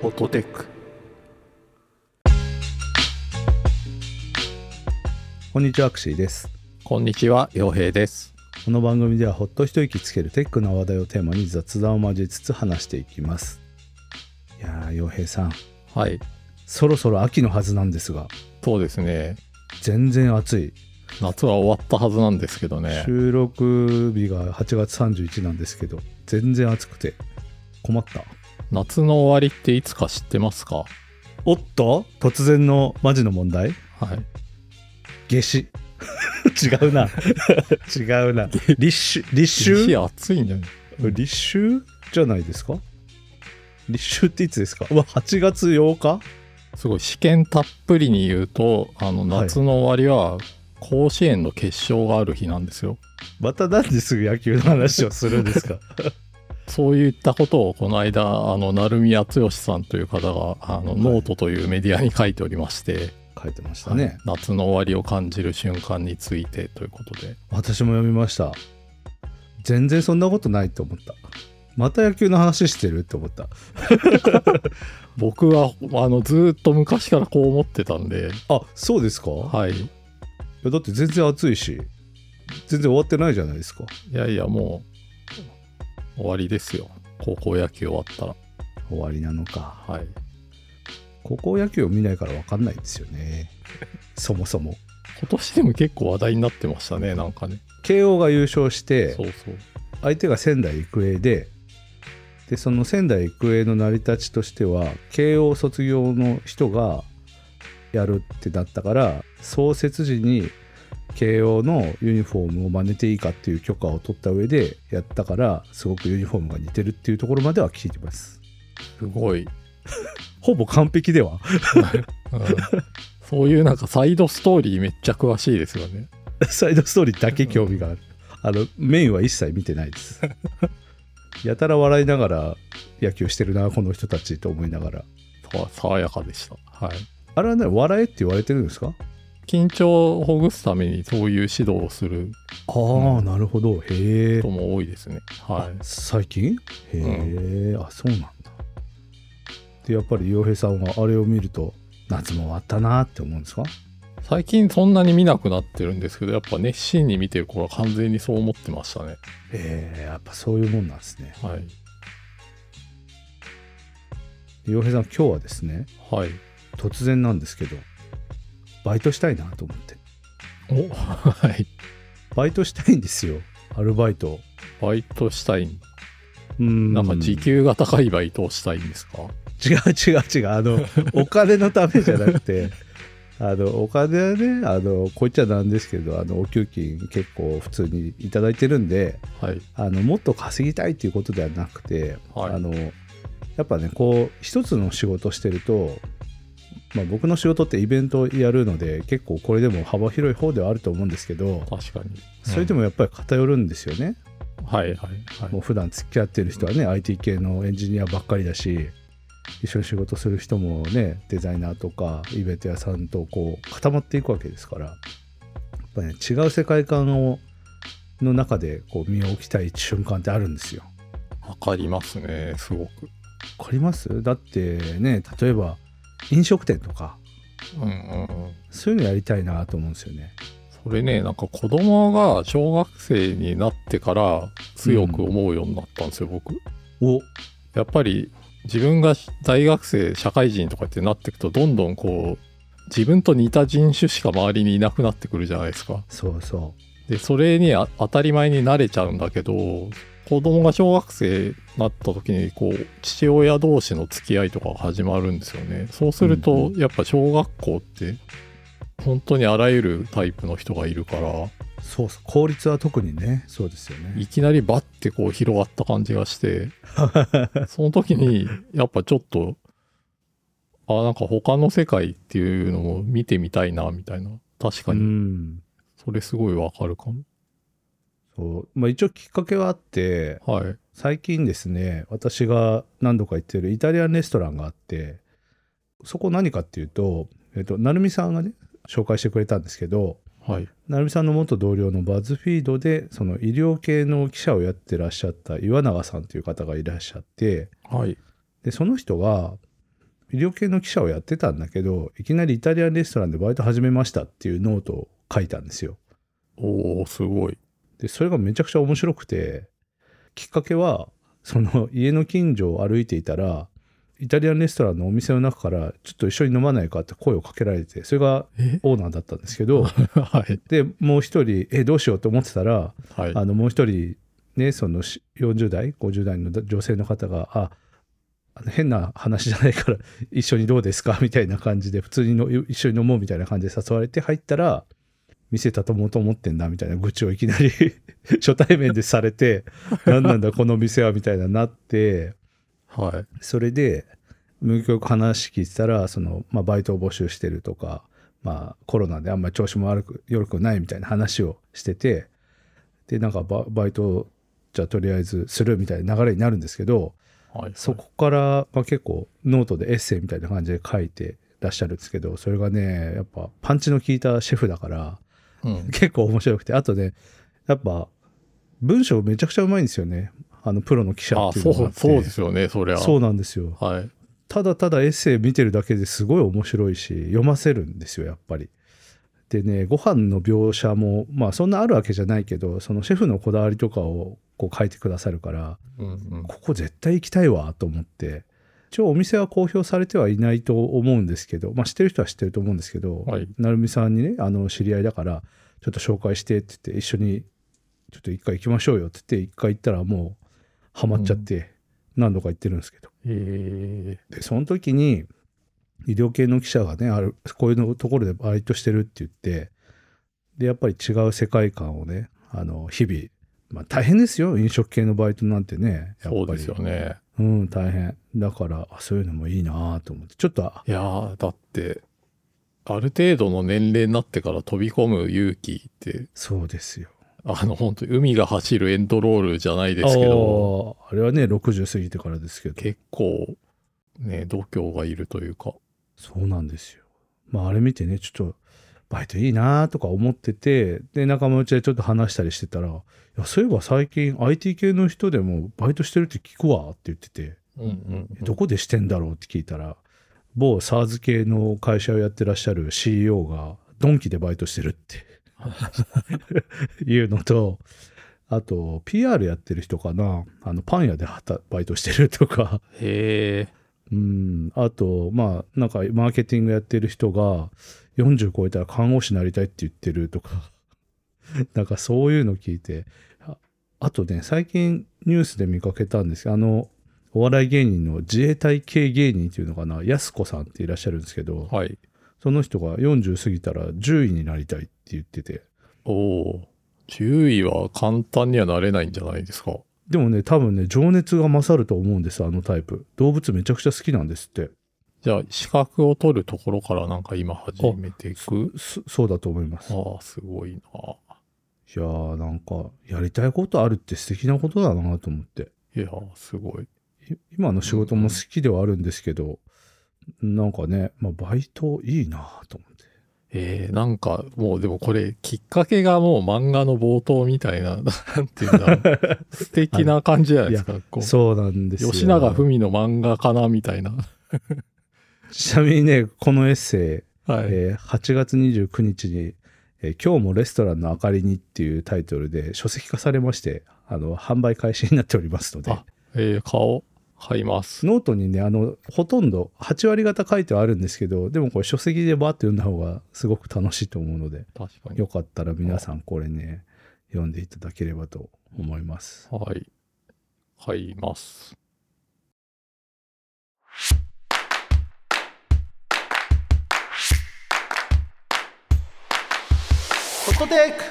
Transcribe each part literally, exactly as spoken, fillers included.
フォトテック。 こんにちは、アクシーです。 こんにちは、陽平です。 この番組ではほっと一息つけるテックの話題をテーマに雑談を交えつつ話していきます。いやー、陽平さん、 はい、 そろそろ秋のはずなんですが、 そうですね。 全然暑い。 夏は終わったはずなんですけどね。 収録日がはちがつさんじゅういちなんですけど、全然暑くて困った。 夏の終わりっていつか知ってますか？ おっと、突然のマジの問題。 はい。 夏至違うな違うな立秋立秋夏至暑いんじゃない？ 立秋じゃないですか。立秋っていつですか？うわ、はちがつようか。 すごい試験たっぷりに言うと、あの夏の終わりは甲子園の決勝がある日なんですよ。 またなんですぐ野球の話をするんですか？ そういったことをこの間、あの成宮剛さんという方があの、はい、ノートというメディアに書いておりまして、 書いてましたね、はい、 夏の終わりを感じる瞬間についてということで。 私も読みました。全然そんなことないと思った。また野球の話してるって思った僕はあのずっと昔からこう思ってたんで。 あ、そうですか。 はい。いやだって全然暑いし全然終わってないじゃないですか。 いやいや、もう終わりですよ。高校野球終わったら終わりなのか。 はい。 高校野球を見ないから分かんないですよねそもそも。 今年でも結構話題になってましたね。なんかね、 慶応が優勝して、 そうそう、 相手が仙台育英で、でその仙台育英の成り立ちとしては慶応卒業の人がやるってなったから、創設時に慶応のユニフォームを真似ていいかっていう許可を取った上でやったから、すごくユニフォームが似てるっていうところまでは聞いてます。 すごいほぼ完璧では、 うん、そういうなんかサイドストーリーめっちゃ詳しいですよね。 サイドストーリーだけ興味がある、うん、あのメインは一切見てないですやたら笑いながら野球してるなこの人たちと思いながら。 爽やかでした。はい。 あれはね、笑えって言われてるんですか？緊張をほぐすためにそういう指導をする。 ああ、うん、なるほど。へえ。 人も多いですね。はい。 最近？へえ、うん、あ、そうなんだ。で、やっぱり洋平さんはあれを見ると夏も終わったなって思うんですか？ 最近そんなに見なくなってるんですけど、やっぱ熱心に見てる頃は完全にそう思ってましたね。 へえ、やっぱそういうもんなんですね。 はい。 洋平さん、今日はですね、 はい。 突然なんですけど、バイトしたいなと思って。 お、はい。 バイトしたいんですよ。アルバイト。 バイトしたいん。 うーん。 なんか時給が高いバイトをしたいんですか？ 違う違う違う。あのお金のためじゃなくて、あのお金はね、あのこう言っちゃなんですけど、あのお給金結構普通にいただいてるんで、 はい、 あのもっと稼ぎたいっていうことではなくて、 はい、 あのやっぱね、こう一つの仕事してると、まあ、僕の仕事ってイベントをやるので結構これでも幅広い方ではあると思うんですけど、 確かに、うん、 それでもやっぱり偏るんですよね。 はいはいはい。 もう普段付き合ってる人はね アイティー 系のエンジニアばっかりだし、一緒に仕事する人もねデザイナーとかイベント屋さんとこう固まっていくわけですから、やっぱりね、違う世界観をの中でこう身を置きたい瞬間ってあるんですよ。 わかりますね、すごく。 わかります？だってね、例えば飲食店とか、 うんうんうん、 そういうのやりたいなと思うんですよね。 それね、なんか子供が小学生になってから強く思うようになったんですよ、うん、僕。 お、 やっぱり自分が大学生社会人とかってなっていくと、どんどんこう自分と似た人種しか周りにいなくなってくるじゃないですか。 そうそう。 でそれにあ当たり前に慣れちゃうんだけど、子供が小学生になった時にこう父親同士の付き合いとかが始まるんですよね。そうすると、うんうん、やっぱ小学校って本当にあらゆるタイプの人がいるから。 そうそう、公立は特にね、そうですよね。 いきなりバッてこう広がった感じがしてその時にやっぱちょっと、あ、なんか他の世界っていうのも見てみたいなみたいな。確かに、うん、それすごいわかるかも。 そう、まあ、一応きっかけはあって、 はい、 最近ですね、私が何度か行ってるイタリアンレストランがあって、そこ何かっていうと、えっと、成美さんがね紹介してくれたんですけど、 はい、 成美さんの元同僚のバズフィードでその医療系の記者をやってらっしゃった岩永さんという方がいらっしゃって、 はい、 でその人が医療系の記者をやってたんだけど、いきなりイタリアンレストランでバイト始めましたっていうノートを書いたんですよ。 おー、すごい。 でそれがめちゃくちゃ面白くて、きっかけはその家の近所を歩いていたら、イタリアンレストランのお店の中からちょっと一緒に飲まないかって声をかけられて、それがオーナーだったんですけどはい。 でもう一人えどうしようと思ってたら、 はい。 あのもう一人ね、そのよんじゅう代ごじゅう代の女性の方が、ああの変な話じゃないから一緒にどうですかみたいな感じで、普通にの一緒に飲もうみたいな感じで誘われて入ったら、店畳もうと思ってんだみたいな愚痴をいきなり初対面でされて何なんだこの店はみたいななって、 はい。 それで無教く話聞いてたら、その、まあ、バイトを募集してるとか、まあ、コロナであんまり調子も悪く良くないみたいな話をしてて、でなんか バ, バイトじゃあとりあえずするみたいな流れになるんですけど、 はいはい、 そこから、まあ、結構ノートでエッセイみたいな感じで書いてらっしゃるんですけど、それがねやっぱパンチの効いたシェフだから、 うん、 結構面白くて、あとねやっぱ文章めちゃくちゃうまいんですよね、あのプロの記者っていうのがあって。 あ、そうそうですよね、そりゃ。 そうなんですよ。 はい。 ただただエッセイ見てるだけですごい面白いし、読ませるんですよやっぱり。でね、ご飯の描写もまあそんなあるわけじゃないけど、そのシェフのこだわりとかをこう書いてくださるから、 うんうん、 ここ絶対行きたいわと思って。一応お店は公表されてはいないと思うんですけど、まあ知ってる人は知ってると思うんですけど、 はい、 成美さんにね、あの知り合いだからちょっと紹介してって言って、一緒にちょっと一回行きましょうよって言って一回行ったらもうハマっちゃって何度か行ってるんですけど、 うん、えでその時に医療系の記者がね、あるこういうところでバイトしてるって言って、でやっぱり違う世界観をね、あの日々、まあ大変ですよ飲食系のバイトなんてね、やっぱりそうですよね。 うん大変だから、そういうのもいいなと思って、ちょっと。 いやーだってある程度の年齢になってから飛び込む勇気って、 そうですよ、 あの本当に海が走るエンドロールじゃないですけど、 あ, あれはねろくじゅう過ぎてからですけど、 結構ね度胸がいるというか。 そうなんですよ。まああれ見てね、ちょっとバイトいいなとか思ってて、で仲間内でちょっと話したりしてたら、いやそういえば最近 アイティー 系の人でもバイトしてるって聞くわって言ってて、 うんうんうん、 どこでしてんだろうって聞いたら、某 SARS 系の会社をやってらっしゃる シーイーオー がドンキでバイトしてるっていうのと、あと ピーアール やってる人かな、あのパン屋でバイトしてるとか、 へえ、 うん、あとまあなんかマーケティングやってる人がよんじゅう超えたら看護師になりたいって言ってるとかなんかそういうの聞いて、 あ, あとね最近ニュースで見かけたんですけど、あのお笑い芸人の自衛隊系芸人っていうのかな、やすこさんっていらっしゃるんですけど、 はい、 その人がよんじゅう過ぎたら獣医になりたいって言ってて、 おお、獣医は簡単にはなれないんじゃないですか。 でもね多分ね情熱が勝ると思うんです、あのタイプ。動物めちゃくちゃ好きなんですって。 じゃあ資格を取るところからなんか今始めていく。 そ, そうだと思います。 ああ、すごいな。 いやーなんかやりたいことあるって素敵なことだなと思って。 いやすごい。 今の仕事も好きではあるんですけど、うん、なんかね、まあ、バイトいいなと思って。 えー、なんかもうでもこれきっかけがもう漫画の冒頭みたいな、なんていうんだろう素敵な感じじゃないですか。こうそうなんですよ。 吉永文の漫画かなみたいなちなみにねこのエッセイ、 はい、 えー、はちがつにじゅうくにちに、えー「今日もレストランの明かりに」っていうタイトルで書籍化されまして、あの販売開始になっておりますので、 あ、えー、顔買います。 ノートにねあのほとんどはちわり方書いてはあるんですけど、でもこれ書籍でバーって読んだ方がすごく楽しいと思うので、 確かによかったら皆さんこれね読んでいただければと思います。 はい、買います。 ホットテイク。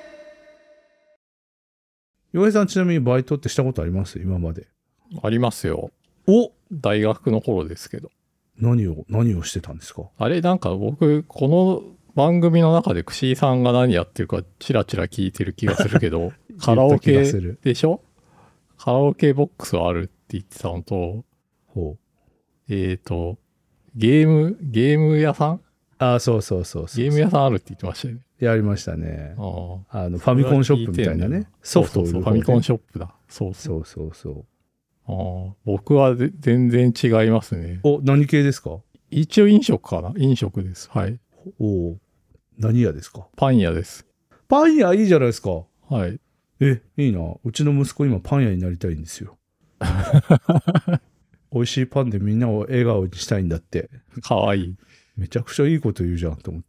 洋平さんちなみにバイトってしたことあります？今まで。 ありますよ。 お、 大学の頃ですけど。 何を何をしてたんですか？ あれなんか僕この番組の中で串井さんが何やってるかチラチラ聞いてる気がするけどカラオケでしょ？カラオケボックスはあるって言ってたのと、 ほう、 えっとゲームゲーム屋さん、 ああそうそうそうそう、 ゲーム屋さんあるって言ってましたよね。 やりましたね。 ああのファミコンショップみたいなね、ソフトを売る方、ね、 そうそうそう、ファミコンショップだ。そうそうそうそうそう。 あ僕はで全然違いますね。 お、何系ですか？ 一応飲食かな。飲食です。はい。 お何屋ですか？ パン屋です。 パン屋いいじゃないですか。 はい。 え、いいな。うちの息子今パン屋になりたいんですよ。美味しいパンでみんなを笑顔にしたいんだって。 かわいい。 めちゃくちゃいいこと言うじゃんと思って。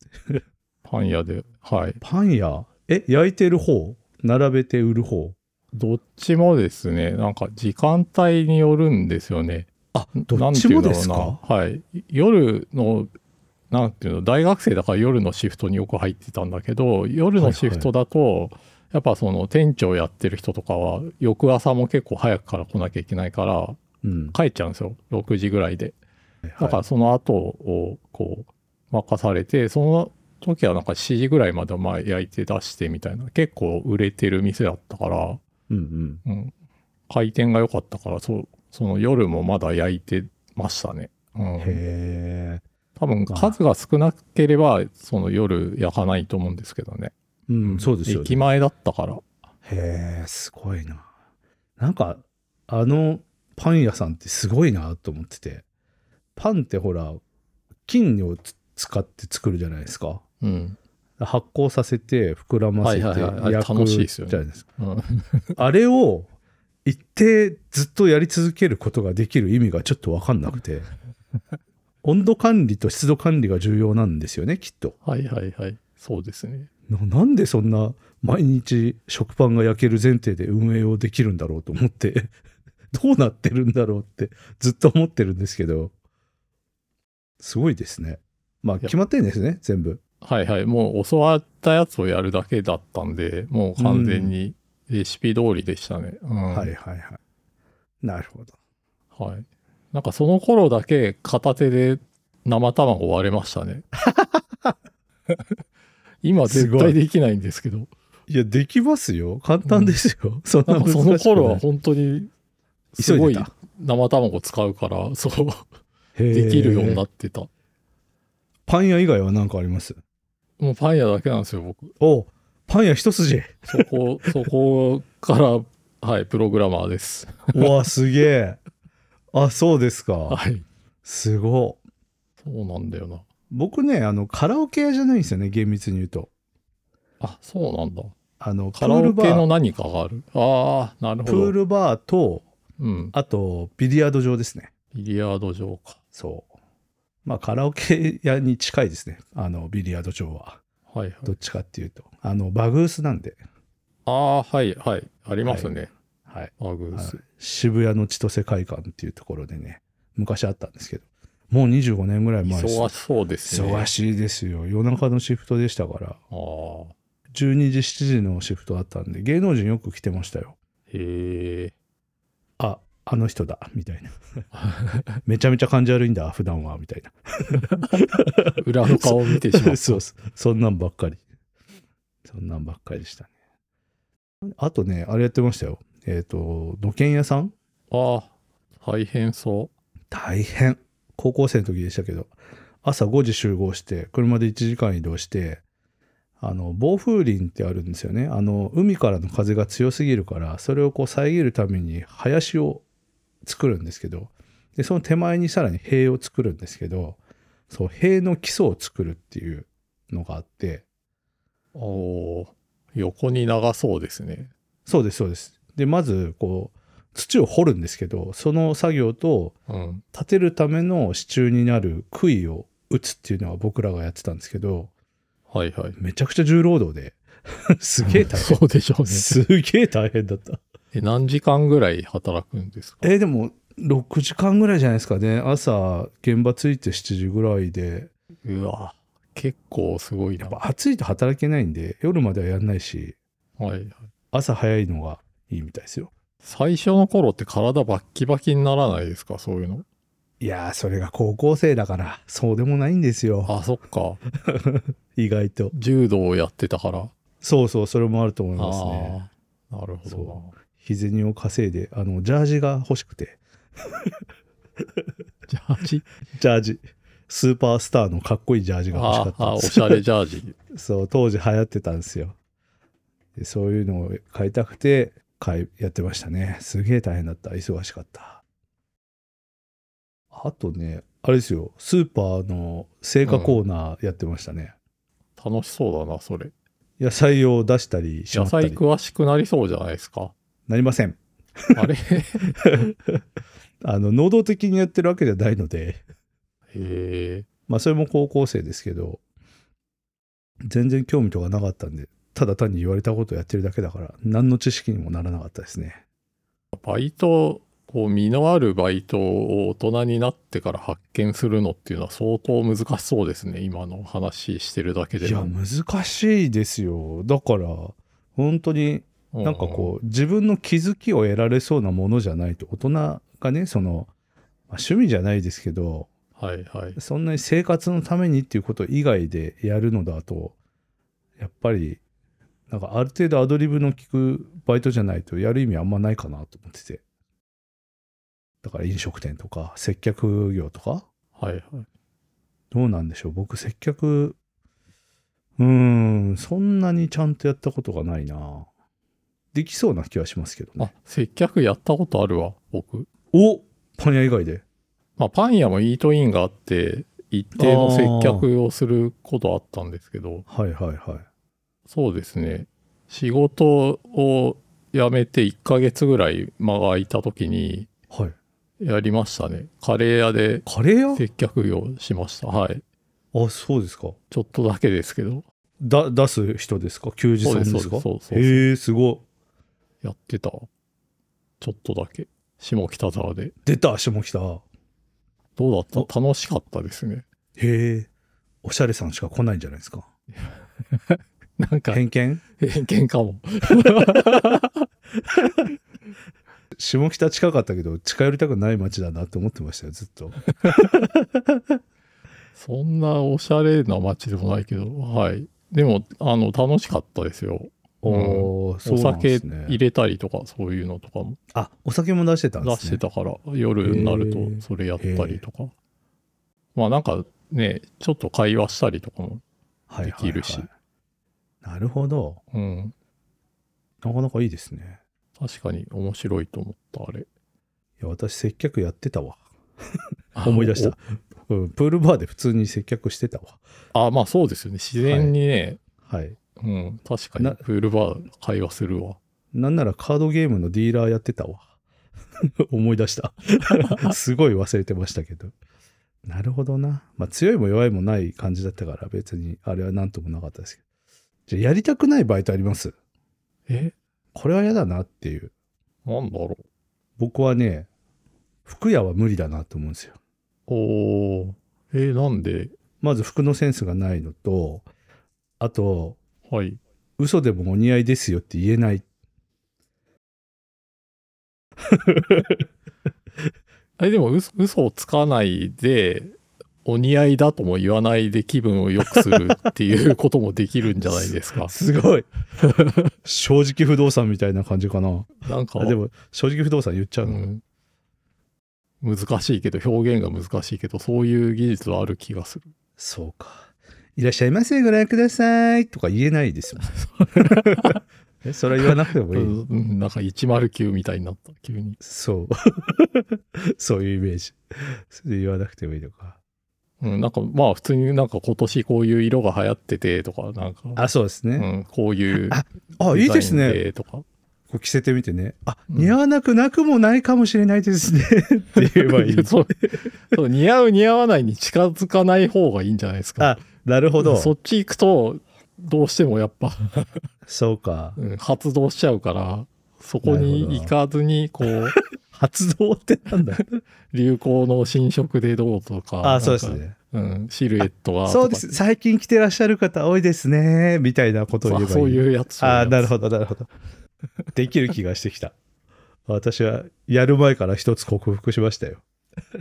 パン屋で。はい。 パン屋え、焼いてる方？並べて売る方？ どっちもですね、なんか時間帯によるんですよね。 あ、どっちもですか？ なんていうんだろうな。はい。夜の、なんていうの、大学生だから夜のシフトによく入ってたんだけど、夜のシフトだと、やっぱその店長やってる人とかは、翌朝も結構早くから来なきゃいけないから、 うん、 帰っちゃうんですよ。ろくじぐらいで。 はいだからその後をこう任されて、その時はなんかしちじぐらいまでまあ焼いて出してみたいな、結構売れてる店だったから、 うんうん、 うん、回転が良かったから、そその夜もまだ焼いてましたね。うん、 へえ。 多分数が少なければその夜焼かないと思うんですけどね。 うん、そうですよね。 駅前だったから。 へえ、すごいな。なんかあのパン屋さんってすごいなと思ってて、パンってほら菌を使って作るじゃないですか。 うん、 発酵させて膨らませてはいはいはい、 焼く楽しいですよね。 じゃないですか。 うん、 あれを一定ずっとやり続けることができる意味がちょっと分かんなくて温度管理と湿度管理が重要なんですよね、きっと。 はいはいはい、そうですね。 な、なんでそんな毎日食パンが焼ける前提で運営をできるんだろうと思ってどうなってるんだろうってずっと思ってるんですけど、すごいですね。まあ決まってるんですね、全部。 はいはい。もう教わったやつをやるだけだったんで、もう完全にレシピ通りでしたね。うん、 はいはいはい。なるほど。 はい。なんかその頃だけ片手で生卵割れましたね。今絶対できないんですけど。 いや、できますよ。簡単ですよ。うん、そんな難しくない。 なんかその頃は本当にすごい急いでた。 生卵使うから、そう、できるようになってた。 パン屋以外は何かあります？ もうパン屋だけなんですよ、僕。 おパン屋一筋。 そこ、そこから、はい、プログラマーです。 うわ、すげえ。あ、そうですか。 はい。 すごい。 そうなんだよな。 僕ね、あの、カラオケ屋じゃないんですよね、厳密に言うと。 あ、そうなんだ。 あの、 カラオケの何かがある。ああ、なるほど。 プールバーと、 うん、 あと、ビリヤード場ですね。 ビリヤード場か。 そう。まあ、カラオケ屋に近いですね。あの、ビリヤード場は。 はいはい。 どっちかっていうと。あの、バグースなんで。 ああ、はいはい。ありますね。 はい。 バグース。 渋谷の千歳会館っていうところでね、昔あったんですけど、もうにじゅうごねんぐらい前です。 忙しそうですね。 忙しいですよ。夜中のシフトでしたから。ああ。 じゅうにじ、しちじのシフトだったんで、芸能人よく来てましたよ。 へえ。 あ、あの人だ、みたいな。めちゃめちゃ感じ悪いんだ、普段は、みたいな。 裏の顔を見てしまう。 そうそう。そんなんばっかり。そんなんばっかりでしたね。あとね、あれやってましたよ。えっと、土建屋さん？ ああ、大変そう。 大変。高校生の時でしたけど、朝ごじ集合して、車でいちじかん移動して、あの、暴風林ってあるんですよね。あの、海からの風が強すぎるから、それをこう遮るために林を作るんですけど、で、その手前にさらに塀を作るんですけど、そう、塀の基礎を作るっていうのがあって、 おお、横に長そうですね。 そうです、そうです。で、まず、こう、土を掘るんですけど、その作業と、建てるための支柱になる杭を打つっていうのは僕らがやってたんですけど、 はいはい。 めちゃくちゃ重労働で、すげえ大変。 そうでしょうね。 すげえ大変だった。 え、何時間ぐらい働くんですか？ え、でも、ろくじかんぐらいじゃないですかね。朝、現場着いてしちじぐらいで。 うわ、結構すごいな。 やっぱ暑いと働けないんで、夜まではやんないし、 はいはい。 朝早いのがいいみたいですよ。 最初の頃って体バッキバキにならないですか、そういうの。 いやー、それが高校生だから、そうでもないんですよ。 あ、そっか。 意外と。 柔道をやってたから。 そうそう、それもあると思いますね。 ああ、なるほどな。 日銭を稼いで、あの、ジャージが欲しくて。 ジャージジャージ。スーパースターのかっこいいジャージが欲しかったんです。 ああ、おしゃれジャージ。 そう、当時流行ってたんですよ。でそういうのを買いたくて、 会やってましたね。すげえ大変だった。忙しかった。あとね、あれですよ、スーパーの青果コーナーやってましたね。 うん、楽しそうだな、それ。 野菜を出したりしまったり。 野菜詳しくなりそうじゃないですか。 なりません。 あれあの、能動的にやってるわけじゃないので。 へえ。 まあ、それも高校生ですけど、全然興味とかなかったんで、ただ単に言われたことをやってるだけだから、何の知識にもならなかったですね。 バイト、こう、身のあるバイトを大人になってから発見するのっていうのは相当難しそうですね。今の話してるだけでも。 いや、難しいですよ。だから、本当に、なんかこう、自分の気づきを得られそうなものじゃないと、大人がね、その、まあ、趣味じゃないですけど、 はいはい。 そんなに生活のためにっていうこと以外でやるのだと、やっぱり、なんかある程度アドリブの効くバイトじゃないとやる意味あんまないかなと思ってて。だから飲食店とか接客業とか。 はいはい。 どうなんでしょう。僕接客、うーん、そんなにちゃんとやったことがないな。できそうな気はしますけどね。 あ、接客やったことあるわ、僕。 お、パン屋以外で。 まあ、パン屋もイートインがあって、一定の接客をすることあったんですけど、 はいはいはい。 そうですね。仕事を辞めていっかげつぐらい間が空いた時に、 はい。 やりましたね。カレー屋でカレー屋接客業しました。はい。 あ、そうですか。 ちょっとだけですけど。 だ、出す人ですか？給仕さんですか？ そうです、そうです、そうです。 へえ、すごい。 やってた。ちょっとだけ。下北沢で。 出た、下北。 どうだった楽しかったですね。 へえ。おしゃれさんしか来ないんじゃないですか。 なんか、 偏見偏見かも。 下北近かったけど、近寄りたくない街だなって思ってましたよ、ずっと。 そんなおしゃれな街でもないけど、はい。でも、あの、楽しかったですよ。 おー、 うん、 そうなんお酒ですね。 入れたりとか、そういうのとかも。 あ、お酒も出してたんで出すね。 してたから、夜になるとそれやったりとか。まあなんかね、ちょっと会話したりとかもできるし。 はいはいはい、なるほど。 うん。 なかなかいいですね。 確かに面白いと思った、あれ。いや、私接客やってたわ。思い出した、うん。プールバーで普通に接客してたわ。 あ、まあそうですよね。自然にね。 はい。はい、 うん、確かにプールバー会話するわ。 なんならカードゲームのディーラーやってたわ。思い出した。すごい忘れてましたけど。なるほどな。まあ強いも弱いもない感じだったから別にあれはなんともなかったですけど。じゃあやりたくないバイトあります？ え？ これは嫌だなっていう。 なんだろう。 僕はね、服屋は無理だなと思うんですよ。 おー。えー、なんで？ まず服のセンスがないのと、あと、 はい。 嘘でもお似合いですよって言えない。 え、でも嘘、嘘をつかないで、お似合いだとも言わないで気分を良くするっていうこともできるんじゃないですか。 す, すごい。正直不動産みたいな感じかな。 なんか。 でも、正直不動産言っちゃうの、うん、 難しいけど、表現が難しいけど、そういう技術はある気がする。 そうか。いらっしゃいませ、ご覧くださいとか言えないですもん。え、それは言わなくてもいい。 うん、なんかいちまるきゅうみたいになった、急に。 そう。そういうイメージ。それ言わなくてもいいのか。 うん、なんかまあ普通になんか今年こういう色が流行っててとか、なんか。 あ、そうですね。 うん、こういう。 あ、あ、いいですね。 とか。 こう着せてみてね。あ、似合わなくなくもないかもしれないですね。って言えばいい。 そうそう、似合う似合わないに近づかない方がいいんじゃないですか。 あ、なるほど。 そっち行くと、どうしてもやっぱそうか、 うん、発動しちゃうから、そこに行かずに、こう。 発動ってなんだ流行の新色でどうとか。 あ、そうですね。 うん、シルエットが。 そうです。最近着てらっしゃる方多いですね。みたいなことを言えばいい。 そういうやつ。 あ、なるほど、なるほど。できる気がしてきた。私はやる前から一つ克服しましたよ。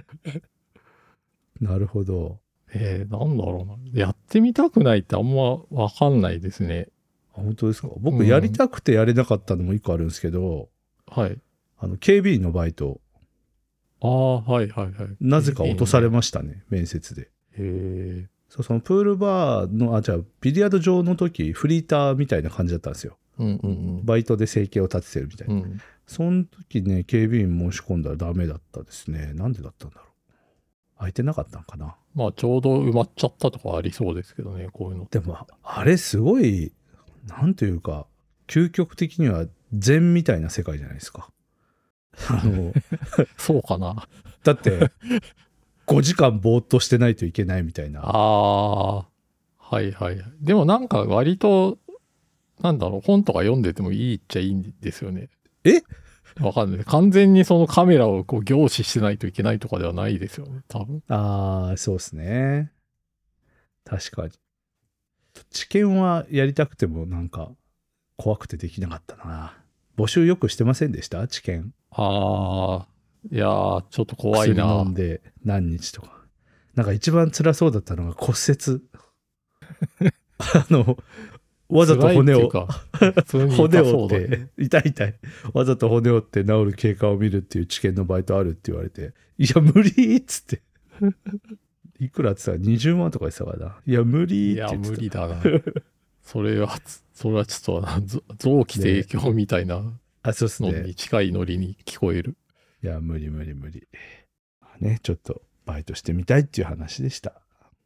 なるほど。 えー、なんだろうな。やってみたくないってあんまわかんないですね。 本当ですか？僕やりたくてやれなかったのも一個あるんですけど、 うん、はい。 あの、警備員のバイト。 ああ、はいはいはい。 なぜか落とされましたね、面接で。 へえ。 そう、そのプールバーの、あ、じゃあ、ビリヤード場の時、フリーターみたいな感じだったんですよ。 うんうんうん、 バイトで生計を立ててるみたいな、うん、その時ね警備員申し込んだらダメだったですね。なんでだったんだろう。空いてなかったんかな。 まあちょうど埋まっちゃったとかありそうですけどね、こういうの。 でもあれすごいなんというか究極的には禅みたいな世界じゃないですか。あのそうかな。 だってごじかんぼーっとしてないといけないみたいな。 ああ、はいはい。でもなんか割となんだろう、本とか読んでてもいいっちゃいいんですよね。 え？ わかんない。完全にそのカメラをこう凝視してないといけないとかではないですよね、多分。 ああ、そうですね。確かに。知見はやりたくてもなんか怖くてできなかったな。募集よくしてませんでした？知見。 ああ、いやー、ちょっと怖いな。 薬飲んで何日とか。なんか一番辛そうだったのが骨折。あの、わざと骨を、骨を折って、痛い痛い。わざと骨を折って治る経過を見るっていう知見のバイトあるって言われて、いや、無理っつって。いくらってさ、にじゅうまんとか言ってたからな。いや、無理って言ってた。 いや、無理だな。それは、それはちょっと、臓器提供みたいなのに近いノリに聞こえる。 いや、無理無理無理。ね、ちょっとバイトしてみたいっていう話でした。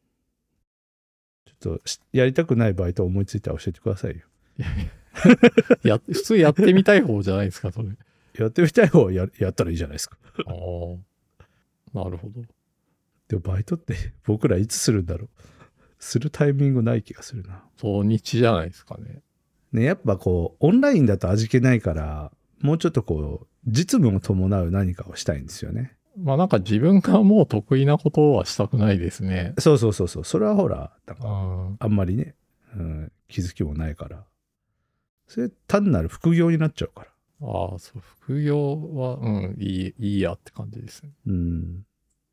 ちょっとやりたくないバイト思いついたら教えてくださいよ。 や普通やってみたい方じゃないですか、それ。 やってみたい方ややったらいいじゃないですか。 ああ、なるほど。 でもバイトって僕らいつするんだろう。するタイミングない気がするな。 土日じゃないですかね。 ね、やっぱこうオンラインだと味気ないから、もうちょっとこう実務を伴う何かをしたいんですよね。 まあなんか自分がもう得意なことはしたくないですね。 そうそうそうそう。それはほら、なんかあんまりね、うん、気づきもないから。それ単なる副業になっちゃうから。 ああ、そう、副業は、うん、いい、いいやって感じですね。 うん。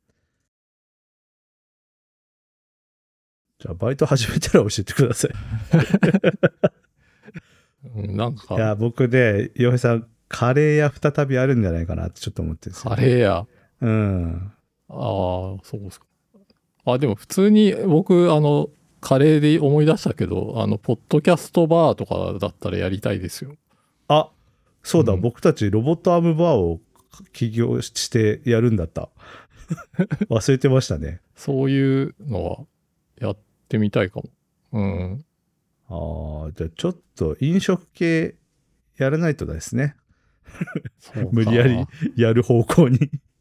じゃあバイト始めたら教えてください。 うん、なんか。 いや、僕ね、洋平さん、カレー屋再びあるんじゃないかなってちょっと思ってるんですよ。 カレー屋。 うん。 ああ、そうですか。あ、でも普通に僕、あの、カレーで思い出したけど、あの、ポッドキャストバーとかだったらやりたいですよ。 あ、そうだ、 うん、 僕たちロボットアームバーを起業してやるんだった。忘れてましたね。 そういうのはやってみたいかも。うん。 ああ、じゃあちょっと飲食系やらないとですね。無理やりやる方向に。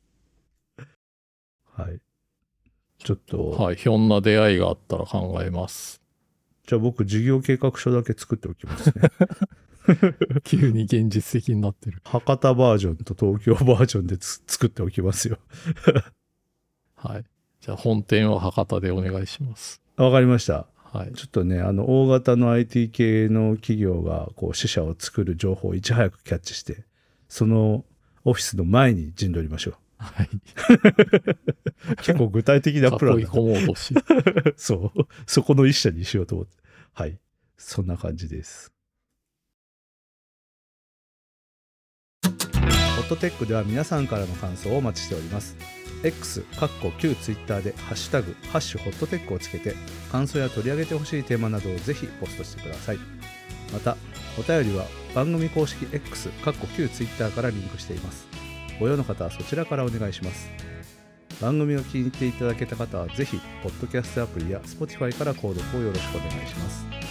はい。ちょっと。 はい。ひょんな出会いがあったら考えます。 じゃあ僕、事業計画書だけ作っておきますね。 急に現実的になってる。 博多バージョンと東京バージョンで作っておきますよ。 はい。じゃあ本店は博多でお願いします。 わかりました。 はい。 ちょっとね、あの、大型の アイティー 系の企業が、こう、支社を作る情報をいち早くキャッチして、そのオフィスの前に陣取りましょう。 はい。 結構具体的なプランだ。 囲い込もうとし。 そう。そこの一社にしようと思って。はい。そんな感じです。ホットテックでは皆さんからの感想をお待ちしております。X、かっこ旧 Twitter でハッシュタグ、ハッシュホットテックをつけて、感想や取り上げてほしいテーマなどをぜひポストしてください。また、お便りは番組公式 X、かっこ旧 Twitter からリンクしています。ご用の方はそちらからお願いします。番組を気に入っていただけた方はぜひ、ポッドキャストアプリや Spotify から購読をよろしくお願いします。